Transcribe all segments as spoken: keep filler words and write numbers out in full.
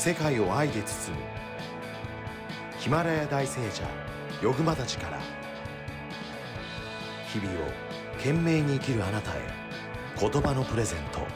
世界を愛で包むヒマラヤ大聖者ヨグマたちから、日々を懸命に生きるあなたへ言葉のプレゼント。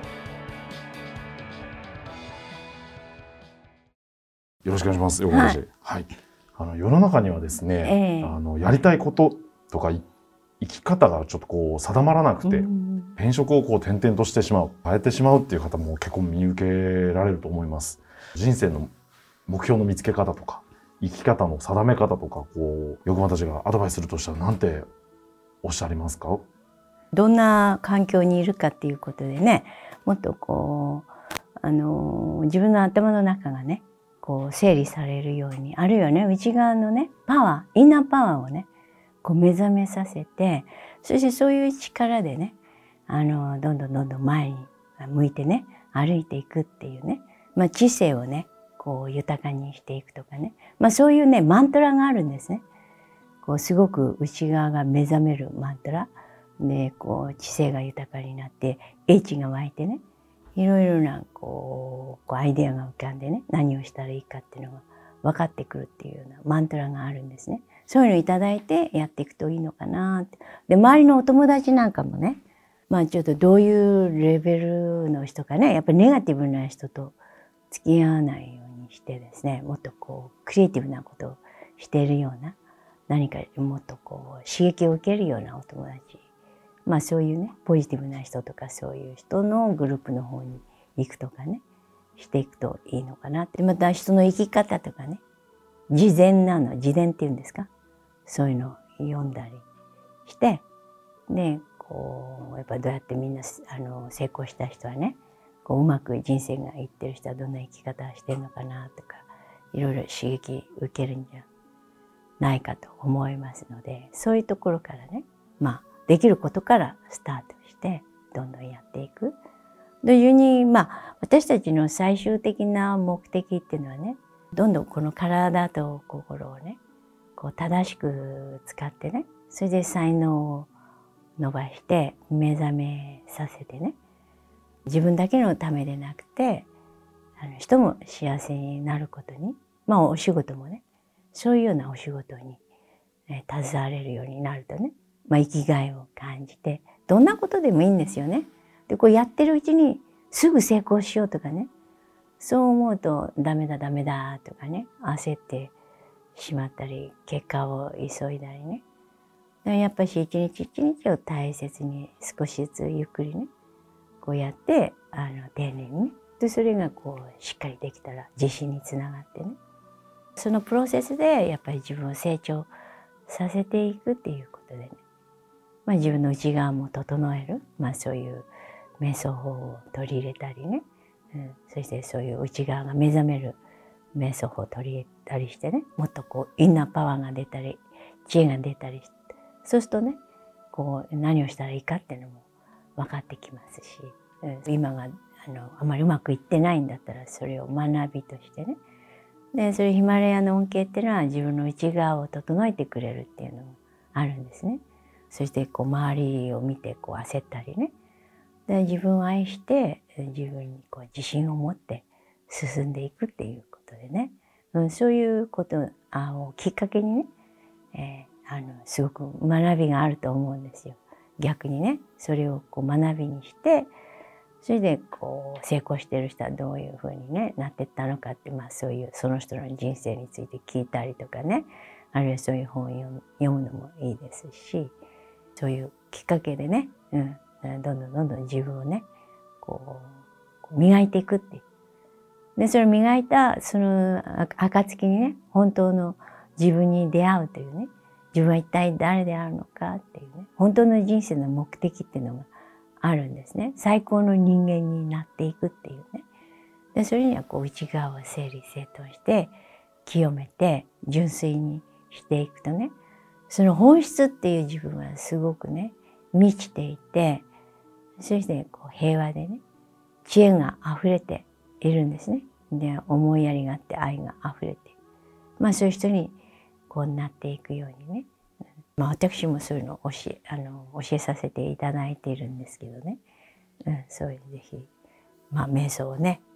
よろしくお願いします。ヨグマたち。はい。あの世の中にはですね、 えー、 あのやりたいこととか生き方がちょっとこう定まらなくて、転職をこう転々としてしまう、変えてしまうっていう方も結構見受けられると思います。人生の目標の見つけ方とか、生き方の定め方とか、こうヨグマたちがアドバイスするとしたら何ておっしゃいますか？ どんな環境にいるかっていうことでね、もっとこうあの自分の頭の中がね、こう整理されるように、あるいはね、内側のねパワー、インナーパワーをね、こう目覚めさせて、そしてそういう力でね、あのどんどんどんどん前に向いてね、歩いていくっていうね、まあ、知性をねこう豊かにしていくとかね、まあ、そういうねマントラがあるんですね。こうすごく内側が目覚めるマントラで、こう知性が豊かになって英知が湧いてね、いろいろなこうこうアイデアが浮かんでね、何をしたらいいかっていうのが分かってくるっていうようなマントラがあるんですね。そういうのをいただいてやっていくといいのかなって。で、周りのお友達なんかもね、まあちょっとどういうレベルの人かね、やっぱりネガティブな人と付き合わないようにしてですね、もっとこうクリエイティブなことをしているような、何かもっとこう刺激を受けるようなお友達、まあそういうねポジティブな人とか、そういう人のグループの方に行くとかね、していくといいのかなって。また人の生き方とかね、自伝なの、自伝っていうんですか、そういうのを読んだりして、でこうやっぱどうやってみんなあの成功した人はね、こううまく人生がいってる人はどんな生き方をしてるのかなとか、いろいろ刺激受けるんじゃないかと思いますので、そういうところからね、まあできることからスタートしてどんどんやっていく。同時にまあ私たちの最終的な目的っていうのはね、どんどんこの体と心をね、こう正しく使ってね、それで才能を伸ばして目覚めさせてね、自分だけのためでなくて、あの人も幸せになることに、まあお仕事もね、そういうようなお仕事に、ね、携われるようになるとね、まあ生きがいを感じて、どんなことでもいいんですよね。で、こうやってるうちにすぐ成功しようとかね、そう思うとダメだダメだとかね、焦ってしまったり、結果を急いだりね。やっぱり一日一日を大切に少しずつゆっくりね、こうやってあの丁寧にね、でそれがこうしっかりできたら自信につながってね、そのプロセスでやっぱり自分を成長させていくっていうことでね、まあ、自分の内側も整える、まあ、そういう瞑想法を取り入れたりね、うん、そしてそういう内側が目覚める瞑想法を取り入れたりしてね、もっとこうインナーパワーが出たり知恵が出たりして、そうするとね、こう何をしたらいいかっていうのも分かってきますし、うん、今があのあまりうまくいってないんだったらそれを学びとしてね、でそれヒマラヤの恩恵っていうのは自分の内側を整えてくれるっていうのもあるんですね。そしてこう周りを見てこう焦ったりね、で自分を愛して自分にこう自信を持って進んでいくっていうことでね、うん、そういうことをきっかけにね、えー、あのすごく学びがあると思うんですよ。逆にね、それをこう学びにして、それでこう成功している人はどういうふうに、ね、なっていったのかって、まあ、そういうその人の人生について聞いたりとかね、あるいはそういう本を読む、読むのもいいですし、そういうきっかけでね、うん、どんどんどんどん自分をねこう磨いていくっていう。でそれを磨いたその暁にね、本当の自分に出会うというね、自分は一体誰であるのかっていうね、本当の人生の目的っていうのがあるんですね。最高の人間になっていくっていうね。でそれにはこう内側を整理整頓して清めて純粋にしていくとね、その本質っていう自分はすごくね満ちていて、そしてこう平和でね、知恵があふれているんですね。で思いやりがあって愛があふれて、まあそういう人にこうなっていくようにね、まあ、私もそういうのを教え、あの教えさせていただいているんですけどね、うん、そういうぜひ、まあ、瞑想をね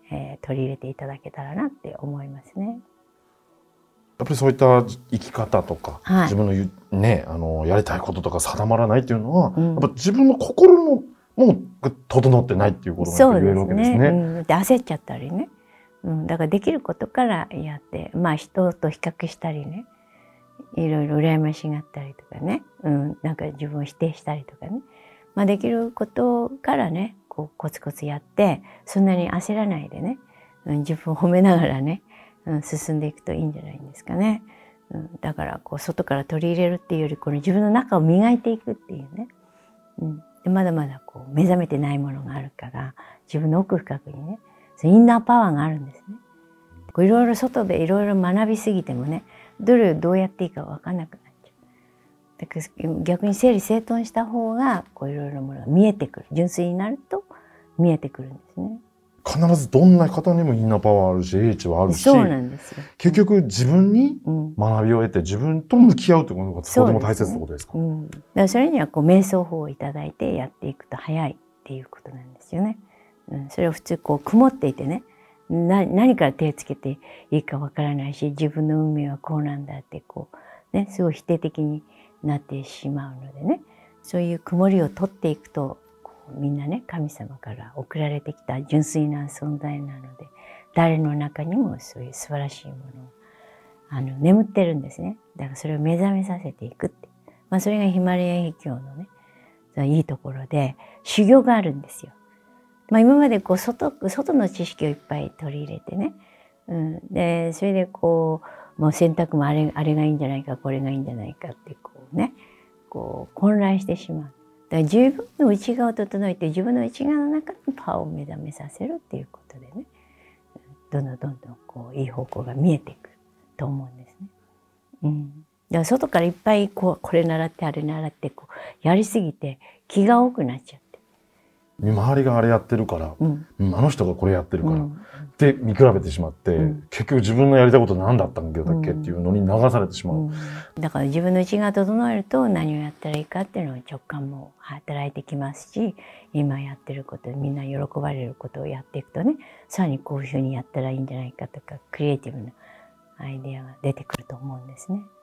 えー、取り入れていただけたらなって思いますね。 やっぱりそういった生き方とか、 はい、 自分のゆ、ね、あのやりたいこととか定まらないっていうのは、 うん、 やっぱ自分の心のもう整ってないっていうことが言えるわけですね。 そうですね。うん、で焦っちゃったりね、うん、だからできることからやって、まあ人と比較したりね、いろいろ羨ましがったりとかね、うん、なんか自分を否定したりとかね、まあ、できることからねこうコツコツやって、そんなに焦らないでね、うん、自分を褒めながらね、うん、進んでいくといいんじゃないんですかね。うん、だからこう外から取り入れるっていうより、この自分の中を磨いていくっていうね、うん、でまだまだこう目覚めてないものがあるから、自分の奥深くにねそのインナーパワーがあるんですね。こういろいろ外でいろいろ学びすぎてもね、どれをどうやっていいか分かんなくなっちゃう。だから逆に整理整頓した方がこういろいろなものが見えてくる、純粋になると見えてくるんですね。 必ずどんな方にもインナーパワーあるし、英知はあるし、 そうなんですよ。 結局自分に学びを得て自分と向き合うということがとても大切ってことですか。 うん、だからそれにはこう瞑想法をいただいてやっていくと早いっていうことなんですよね。うん、それを普通こう曇っていてね、な何から手をつけていいかわからないし、自分の運命はこうなんだってこうね、すごい否定的になってしまうのでね、そういう曇りを取っていくと、みんなね神様から送られてきた純粋な存在なので、誰の中にもそういう素晴らしいものをあの眠ってるんですね。だからそれを目覚めさせていくって、まあ、それがヒマラヤ秘境のねいいところで、修行があるんですよ。まあ、今までこう 外, 外の知識をいっぱい取り入れてね、うん、でそれでこうもう選択もあれあれがいいんじゃないか、これがいいんじゃないかってこうねこう混乱してしまう。だから自分の内側を整えて、自分の内側の中のパワーを目覚めさせるっていうことでね、どんどんどんどんこういい方向が見えてくると思うんですね。うん、だから外からいっぱいこうこれ習ってあれ習ってこうやりすぎて気が多くなっちゃって。 周りがあれやってるから、うんうん、あの人がこれやってるから、うん、で見比べてしまって、うん、結局自分のやりたいこと何だったんだっけっていうのに流されてしまう、うんうん、 だから自分の内側整えると何をやったらいいかっていうのは直感も働いてきますし、今やってることみんな喜ばれることをやっていくとね、さらにこういうふうにやったらいいんじゃないかとか、クリエイティブなアイデアが出てくると思うんですね。